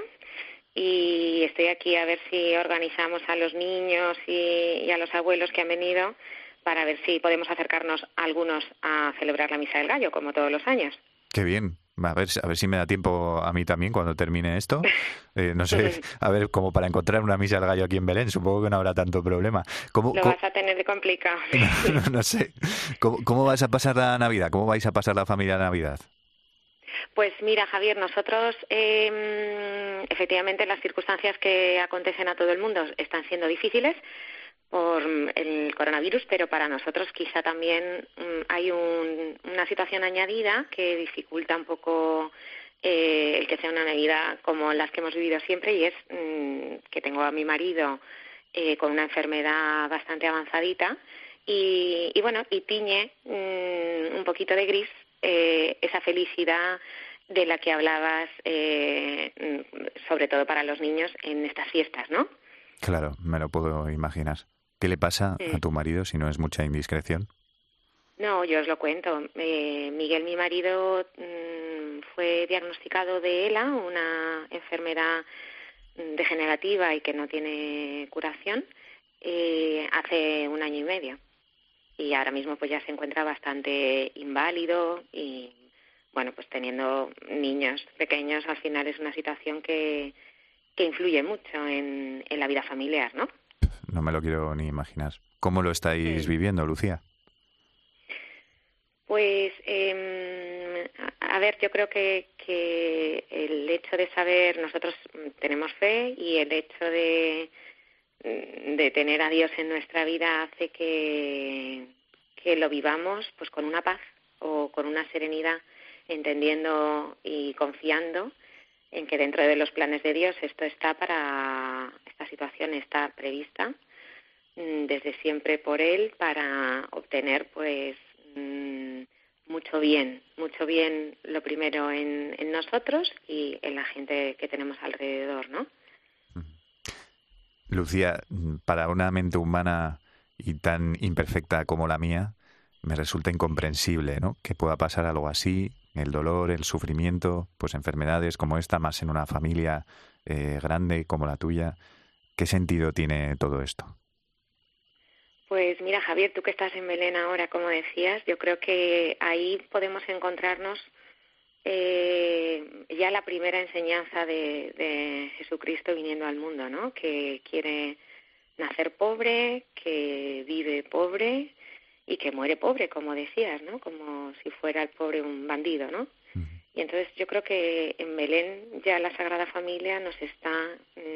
y estoy aquí a ver si organizamos a los niños y a los abuelos que han venido para ver si podemos acercarnos a algunos a celebrar la Misa del Gallo, como todos los años. Qué bien. A ver si me da tiempo a mí también cuando termine esto. No sé, a ver, como para encontrar una misa del gallo aquí en Belén, supongo que no habrá tanto problema. Vas a tener de complicado. No sé. ¿Cómo vas a pasar la Navidad? ¿Cómo vais a pasar la familia la Navidad? Pues mira, Javier, nosotros efectivamente las circunstancias que acontecen a todo el mundo están siendo difíciles por el coronavirus, pero para nosotros quizá también hay una situación añadida que dificulta un poco el que sea una Navidad como las que hemos vivido siempre, y es que tengo a mi marido con una enfermedad bastante avanzadita y tiñe un poquito de gris esa felicidad de la que hablabas, sobre todo para los niños en estas fiestas, ¿no? Claro, me lo puedo imaginar. ¿Qué le pasa a tu marido, si no es mucha indiscreción? No, yo os lo cuento. Miguel, mi marido, fue diagnosticado de ELA, una enfermedad degenerativa y que no tiene curación, hace 1 año y medio. Y ahora mismo pues ya se encuentra bastante inválido y, bueno, pues teniendo niños pequeños al final es una situación que influye mucho en la vida familiar, ¿no? No me lo quiero ni imaginar. ¿Cómo lo estáis viviendo, Lucía? Pues, a ver, yo creo que el hecho de saber, nosotros tenemos fe y el hecho de tener a Dios en nuestra vida hace que lo vivamos pues con una paz o con una serenidad, entendiendo y confiando en que dentro de los planes de Dios esta situación está prevista desde siempre por Él para obtener pues mucho bien lo primero en nosotros y en la gente que tenemos alrededor, ¿no? Lucía, para una mente humana y tan imperfecta como la mía, me resulta incomprensible, ¿no? Que pueda pasar algo así, el dolor, el sufrimiento, pues enfermedades como esta, más en una familia grande como la tuya. ¿Qué sentido tiene todo esto? Pues mira, Javier, tú que estás en Belén ahora, como decías, yo creo que ahí podemos encontrarnos ya la primera enseñanza de Jesucristo viniendo al mundo, ¿no? Que quiere nacer pobre, que vive pobre y que muere pobre, como decías, ¿no? Como si fuera el pobre un bandido, ¿no? Y entonces yo creo que en Belén ya la Sagrada Familia nos está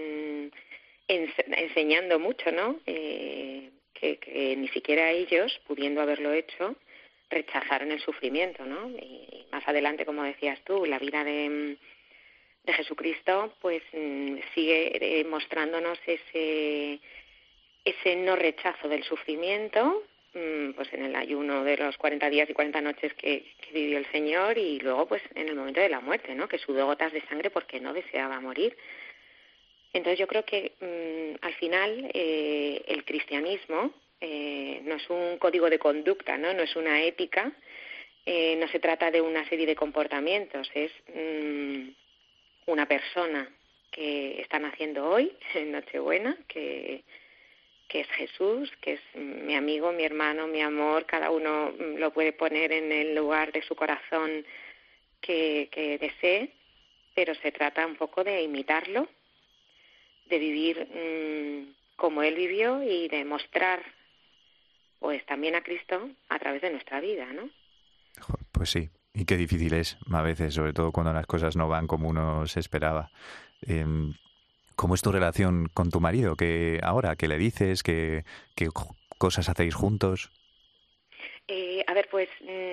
enseñando mucho, ¿no? Que ni siquiera ellos, pudiendo haberlo hecho, rechazaron el sufrimiento, ¿no? Y más adelante, como decías tú, la vida de Jesucristo, pues sigue mostrándonos ese no rechazo del sufrimiento, pues en el ayuno de los 40 días y 40 noches que vivió el Señor, y luego pues en el momento de la muerte, ¿no? Que sudó gotas de sangre porque no deseaba morir. Entonces yo creo que al final el cristianismo no es un código de conducta, ¿no? No es una ética, no se trata de una serie de comportamientos, es una persona que está naciendo hoy, en Nochebuena, que es Jesús, que es mi amigo, mi hermano, mi amor. Cada uno lo puede poner en el lugar de su corazón que desee, pero se trata un poco de imitarlo, de vivir como Él vivió y de mostrar pues también a Cristo a través de nuestra vida, ¿no? Pues sí, y qué difícil es a veces, sobre todo cuando las cosas no van como uno se esperaba. ¿Cómo es tu relación con tu marido? ¿Qué le dices? ¿Qué cosas hacéis juntos? A ver, pues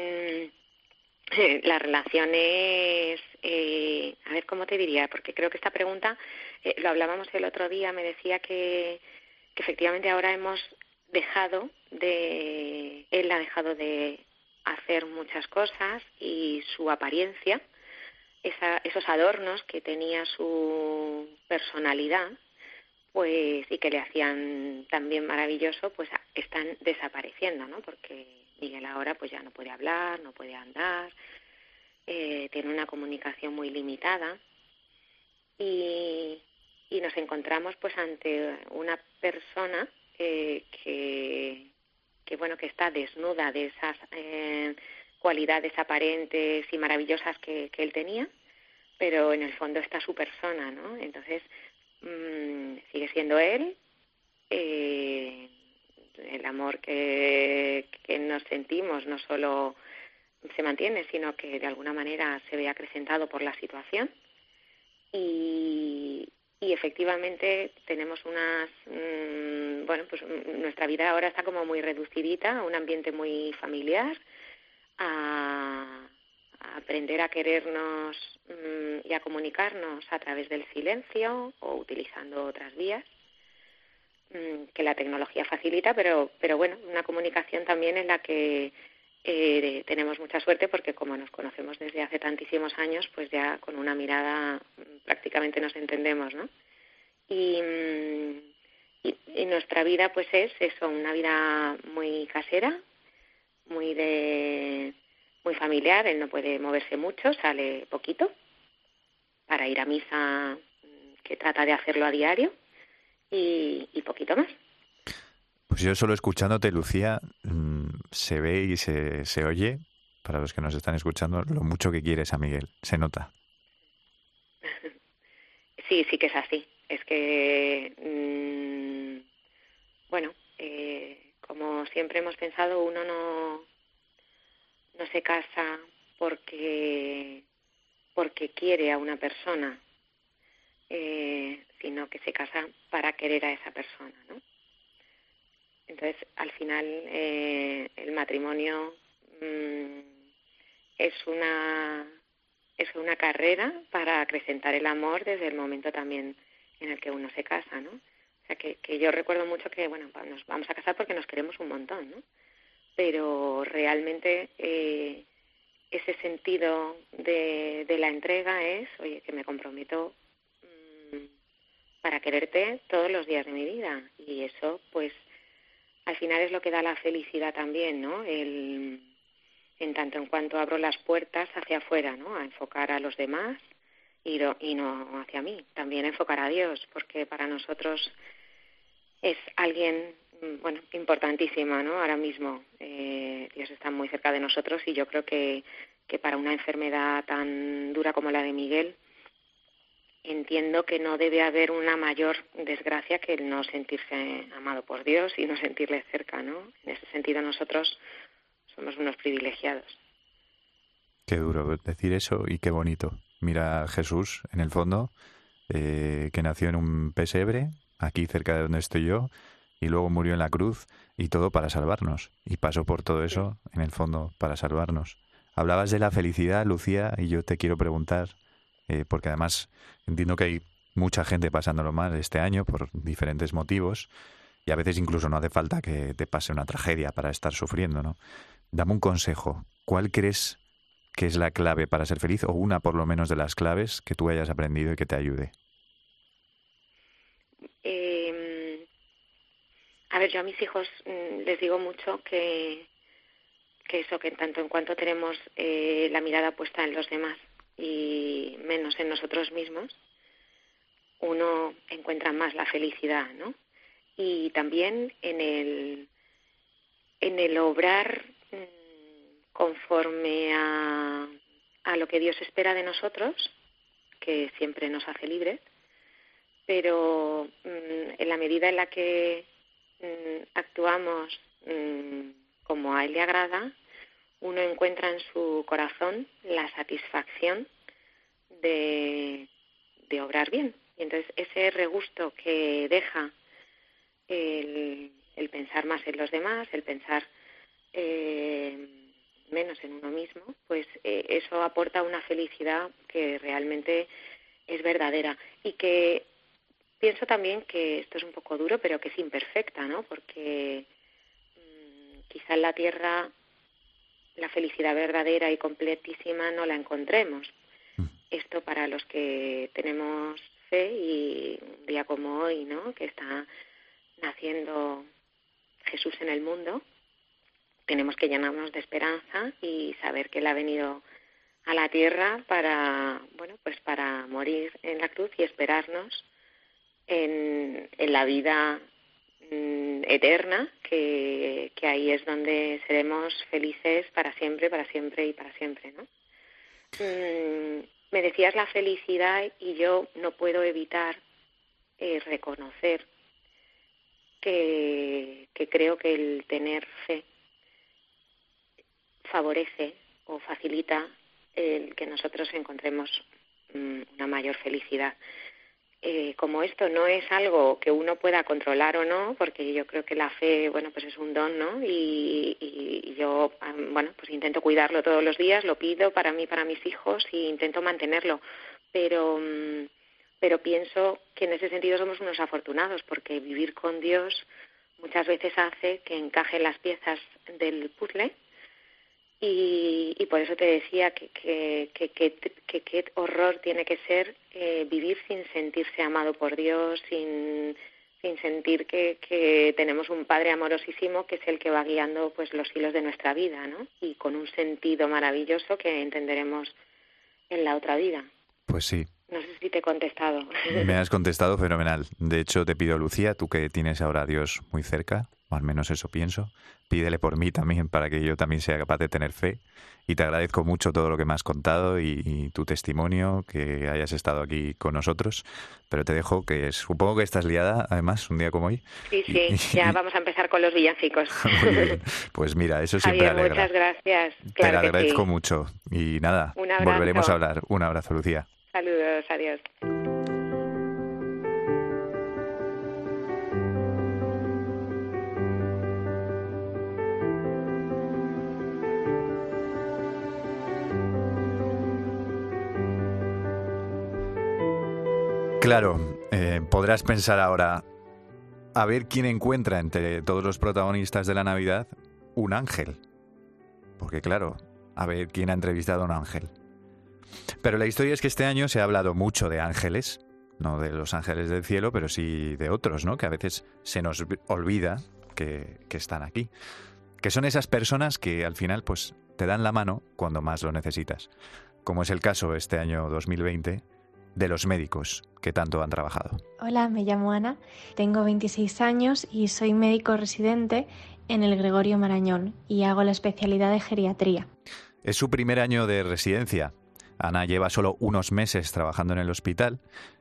la relación es... a ver, ¿cómo te diría? Porque creo que esta pregunta, lo hablábamos el otro día, me decía que efectivamente ahora hemos dejado de... Él ha dejado de hacer muchas cosas y su apariencia, esos adornos que tenía su personalidad, pues y que le hacían también maravilloso, pues están desapareciendo, ¿no? Porque Miguel ahora pues ya no puede hablar, no puede andar, tiene una comunicación muy limitada y nos encontramos pues ante una persona que está desnuda de esas cualidades aparentes y maravillosas que él tenía, pero en el fondo está su persona, ¿no? Entonces sigue siendo él, el amor que nos sentimos no solo se mantiene, sino que de alguna manera se ve acrecentado por la situación y efectivamente tenemos pues nuestra vida ahora está como muy reducidita a un ambiente muy familiar, a aprender a querernos y a comunicarnos a través del silencio o utilizando otras vías que la tecnología facilita, pero bueno, una comunicación también en la que tenemos mucha suerte porque como nos conocemos desde hace tantísimos años, pues ya con una mirada prácticamente nos entendemos, ¿no? Y nuestra vida pues es eso, una vida muy casera, muy familiar. Él no puede moverse mucho, sale poquito para ir a misa, que trata de hacerlo a diario, y poquito más. Pues yo solo escuchándote, Lucía, se ve y se oye, para los que nos están escuchando, lo mucho que quieres a Miguel, se nota. Sí que es así. Es que, como siempre hemos pensado, uno no se casa porque quiere a una persona, sino que se casa para querer a esa persona, ¿no? Entonces, al final, el matrimonio es una carrera para acrecentar el amor desde el momento también en el que uno se casa, ¿no? O sea, que yo recuerdo mucho que, nos vamos a casar porque nos queremos un montón, ¿no? Pero realmente ese sentido de la entrega es, oye, que me comprometo para quererte todos los días de mi vida. Y eso, pues, al final es lo que da la felicidad también, ¿no? En tanto en cuanto abro las puertas hacia afuera, ¿no? A enfocar a los demás y no hacia mí. También enfocar a Dios, porque para nosotros es alguien, importantísima, ¿no? Ahora mismo Dios está muy cerca de nosotros y yo creo que para una enfermedad tan dura como la de Miguel, entiendo que no debe haber una mayor desgracia que el no sentirse amado por Dios y no sentirle cerca, ¿no? En ese sentido nosotros somos unos privilegiados. Qué duro decir eso y qué bonito. Mira a Jesús, en el fondo, que nació en un pesebre, aquí cerca de donde estoy yo, y luego murió en la cruz, y todo para salvarnos. Y pasó por todo eso, en el fondo, para salvarnos. Hablabas de la felicidad, Lucía, y yo te quiero preguntar, porque además entiendo que hay mucha gente pasándolo mal este año por diferentes motivos, y a veces incluso no hace falta que te pase una tragedia para estar sufriendo, ¿no? Dame un consejo. ¿Cuál crees que es la clave para ser feliz, o una por lo menos de las claves que tú hayas aprendido y que te ayude? A ver, yo a mis hijos les digo mucho que eso, que en tanto en cuanto tenemos la mirada puesta en los demás y menos en nosotros mismos, uno encuentra más la felicidad, ¿no? Y también en el obrar conforme a lo que Dios espera de nosotros, que siempre nos hace libres, pero en la medida en la que actuamos como a Él le agrada, uno encuentra en su corazón la satisfacción de obrar bien. Y entonces ese regusto que deja el pensar más en los demás, el pensar menos en uno mismo, pues eso aporta una felicidad que realmente es verdadera y que pienso también que esto es un poco duro, pero que es imperfecta, ¿no? Porque quizá en la tierra la felicidad verdadera y completísima no la encontremos. Esto para los que tenemos fe y un día como hoy, ¿no? Que está naciendo Jesús en el mundo, tenemos que llenarnos de esperanza y saber que Él ha venido a la tierra para, bueno, pues para morir en la cruz y esperarnos en la vida eterna, que ahí es donde seremos felices para siempre y para siempre, ¿no? Me decías la felicidad y yo no puedo evitar reconocer que creo que el tener fe favorece o facilita el que nosotros encontremos una mayor felicidad. Como esto no es algo que uno pueda controlar o no, porque yo creo que la fe, bueno, pues es un don, ¿no? Y yo, bueno, pues intento cuidarlo todos los días, lo pido para mí, para mis hijos, y intento mantenerlo. Pero pienso que en ese sentido somos unos afortunados, porque vivir con Dios muchas veces hace que encajen las piezas del puzzle. Y por eso te decía que qué horror tiene que ser vivir sin sentirse amado por Dios, sin sentir que tenemos un Padre amorosísimo que es el que va guiando pues los hilos de nuestra vida, ¿no? Y con un sentido maravilloso que entenderemos en la otra vida. Pues sí. No sé si te he contestado. Me has contestado fenomenal. De hecho, te pido, Lucía, tú que tienes ahora a Dios muy cerca, o al menos eso pienso, pídele por mí también para que yo también sea capaz de tener fe. Y te agradezco mucho todo lo que me has contado y tu testimonio, que hayas estado aquí con nosotros. Pero te dejo, que supongo que estás liada, además, un día como hoy. Sí, ya vamos a empezar con los villancicos. Muy bien. Pues mira, eso siempre Javier, alegra. Muchas gracias. Te lo agradezco mucho. Y nada, volveremos a hablar. Un abrazo, Lucía. Saludos, adiós. Claro, podrás pensar ahora, a ver quién encuentra entre todos los protagonistas de la Navidad un ángel. Porque claro, a ver quién ha entrevistado a un ángel. Pero la historia es que este año se ha hablado mucho de ángeles, no de los ángeles del cielo, pero sí de otros, ¿no? Que a veces se nos olvida que están aquí. Que son esas personas que al final pues te dan la mano cuando más lo necesitas. Como es el caso este año 2020 de los médicos que tanto han trabajado. Hola, me llamo Ana, tengo 26 años y soy médico residente en el Gregorio Marañón y hago la especialidad de geriatría. Es su primer año de residencia. Ana lleva solo unos meses trabajando en el hospital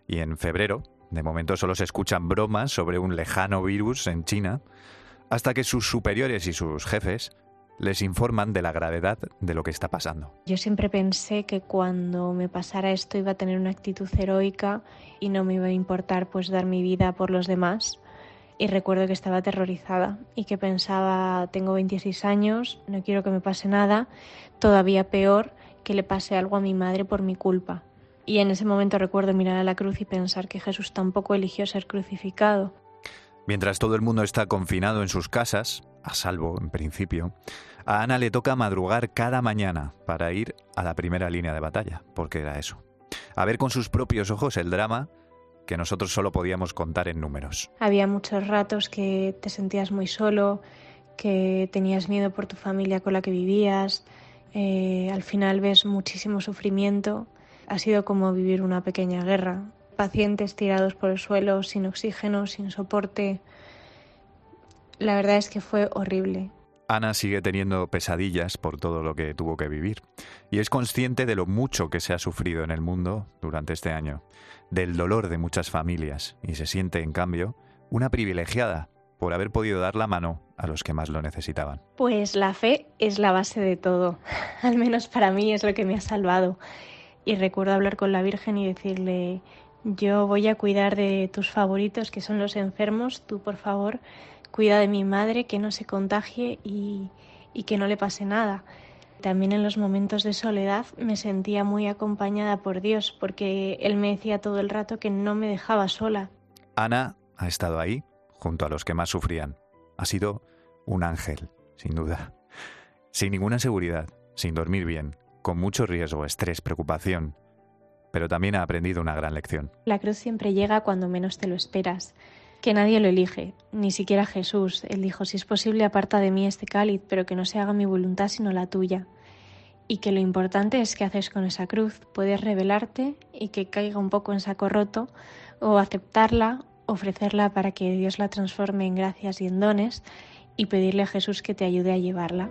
Y en febrero, de momento solo se escuchan bromas sobre un lejano virus en China, hasta que sus superiores y sus jefes les informan de la gravedad de lo que está pasando. Yo siempre pensé que cuando me pasara esto iba a tener una actitud heroica y no me iba a importar pues dar mi vida por los demás. Y recuerdo que estaba aterrorizada y que pensaba, tengo 26 años, no quiero que me pase nada, todavía peor que le pase algo a mi madre por mi culpa. Y en ese momento recuerdo mirar a la cruz y pensar que Jesús tampoco eligió ser crucificado. Mientras todo el mundo está confinado en sus casas, a salvo en principio, a Ana le toca madrugar cada mañana para ir a la primera línea de batalla, porque era eso. A ver con sus propios ojos el drama que nosotros solo podíamos contar en números. Había muchos ratos que te sentías muy solo, que tenías miedo por tu familia con la que vivías. Al final ves muchísimo sufrimiento. Ha sido como vivir una pequeña guerra. Pacientes tirados por el suelo, sin oxígeno, sin soporte. La verdad es que fue horrible. Ana sigue teniendo pesadillas por todo lo que tuvo que vivir y es consciente de lo mucho que se ha sufrido en el mundo durante este año, del dolor de muchas familias, y se siente, en cambio, una privilegiada por haber podido dar la mano a los que más lo necesitaban. Pues la fe es la base de todo, al menos para mí es lo que me ha salvado. Y recuerdo hablar con la Virgen y decirle, yo voy a cuidar de tus favoritos, que son los enfermos, tú por favor cuida de mi madre, que no se contagie y que no le pase nada. También en los momentos de soledad me sentía muy acompañada por Dios, porque Él me decía todo el rato que no me dejaba sola. Ana ha estado ahí, junto a los que más sufrían. Ha sido un ángel, sin duda. Sin ninguna seguridad, sin dormir bien, con mucho riesgo, estrés, preocupación. Pero también ha aprendido una gran lección. La cruz siempre llega cuando menos te lo esperas. Que nadie lo elige, ni siquiera Jesús. Él dijo, si es posible, aparta de mí este cáliz, pero que no se haga mi voluntad sino la tuya. Y que lo importante es qué haces con esa cruz. Puedes rebelarte y que caiga un poco en saco roto, o aceptarla, ofrecerla para que Dios la transforme en gracias y en dones, y pedirle a Jesús que te ayude a llevarla.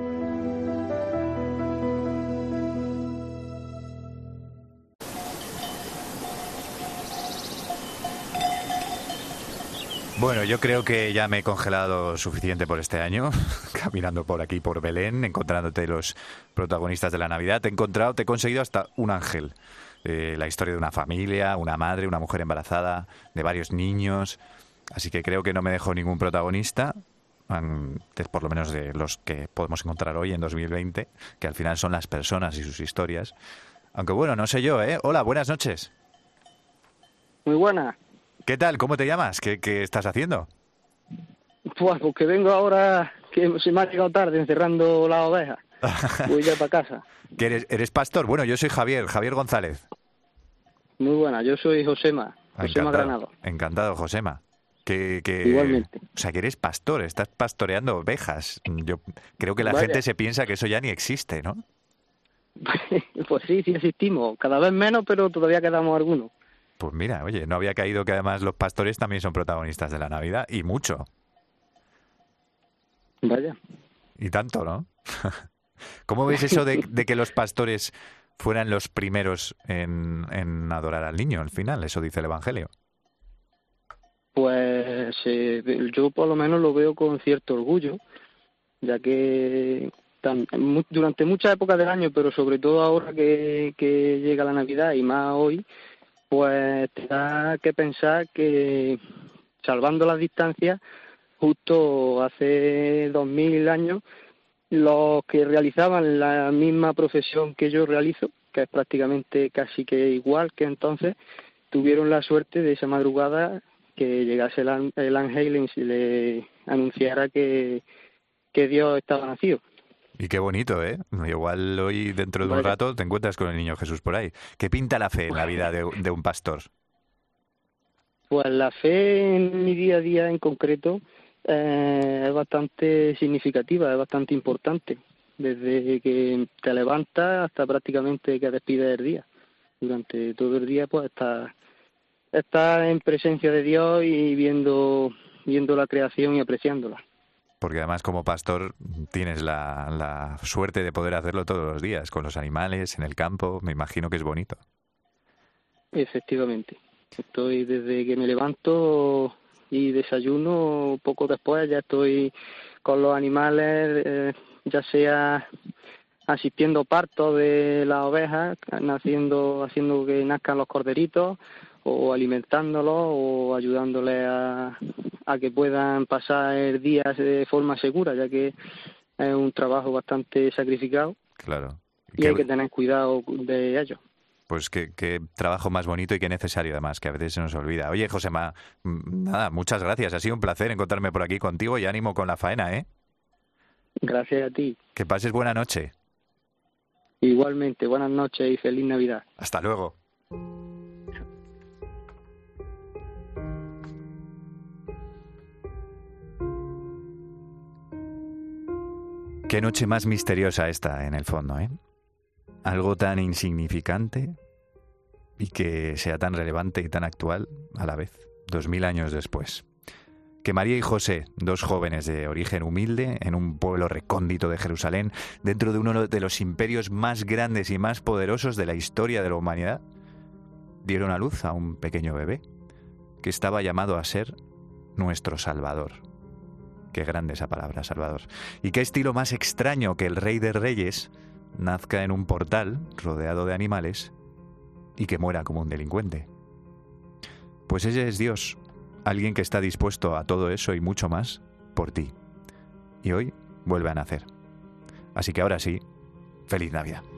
Bueno, yo creo que ya me he congelado suficiente por este año, caminando por aquí, por Belén, encontrándote los protagonistas de la Navidad. Te he conseguido hasta un ángel. La historia de una familia, una madre, una mujer embarazada, de varios niños. Así que creo que no me dejo ningún protagonista, por lo menos de los que podemos encontrar hoy en 2020, que al final son las personas y sus historias. Aunque bueno, no sé yo, ¿eh? Hola, buenas noches. Muy buenas. ¿Qué tal? ¿Cómo te llamas? ¿Qué estás haciendo? Pues porque vengo ahora, que se me ha llegado tarde encerrando las ovejas. Voy ya para casa. ¿Que eres pastor? Bueno, yo soy Javier González. Muy buena, yo soy Josema Granado. Encantado, Josema. Igualmente. O sea, que eres pastor, estás pastoreando ovejas. Yo creo que la gente se piensa que eso ya ni existe, ¿no? Pues sí existimos. Cada vez menos, pero todavía quedamos algunos. Pues mira, oye, no había caído que además los pastores también son protagonistas de la Navidad, y mucho. Vaya. Y tanto, ¿no? ¿Cómo ves eso de que los pastores fueran los primeros en adorar al niño al final? Eso dice el Evangelio. Pues yo por lo menos lo veo con cierto orgullo, ya que durante muchas épocas del año, pero sobre todo ahora que llega la Navidad y más hoy, pues te da que pensar que, salvando las distancias, justo hace 2000 años, los que realizaban la misma profesión que yo realizo, que es prácticamente casi que igual que entonces, tuvieron la suerte de esa madrugada que llegase el ángel y le anunciara que Dios estaba nacido. Y qué bonito, ¿eh? Igual hoy, dentro de un rato, te encuentras con el niño Jesús por ahí. ¿Qué pinta la fe en la vida de un pastor? Pues la fe en mi día a día en concreto es bastante significativa, es bastante importante. Desde que te levantas hasta prácticamente que despides el día. Durante todo el día pues estás en presencia de Dios y viendo la creación y apreciándola. Porque además como pastor tienes la suerte de poder hacerlo todos los días, con los animales, en el campo. Me imagino que es bonito. Efectivamente. Estoy desde que me levanto y desayuno, poco después ya estoy con los animales, ya sea asistiendo partos de las ovejas, haciendo que nazcan los corderitos, o alimentándolos, o ayudándoles a que puedan pasar el día de forma segura, ya que es un trabajo bastante sacrificado. Claro. Y hay que tener cuidado de ellos. Pues qué trabajo más bonito y qué necesario, además, que a veces se nos olvida. Oye, Josema, nada, muchas gracias. Ha sido un placer encontrarme por aquí contigo y ánimo con la faena, ¿eh? Gracias a ti. Que pases buena noche. Igualmente, buenas noches y feliz Navidad. Hasta luego. Qué noche más misteriosa esta, en el fondo, ¿eh? Algo tan insignificante y que sea tan relevante y tan actual a la vez, 2000 años después. Que María y José, dos jóvenes de origen humilde, en un pueblo recóndito de Jerusalén, dentro de uno de los imperios más grandes y más poderosos de la historia de la humanidad, dieron a luz a un pequeño bebé que estaba llamado a ser nuestro Salvador. Qué grande esa palabra, Salvador. Y qué estilo más extraño que el Rey de Reyes nazca en un portal rodeado de animales y que muera como un delincuente. Pues ese es Dios, alguien que está dispuesto a todo eso y mucho más por ti. Y hoy vuelve a nacer. Así que ahora sí, feliz Navidad.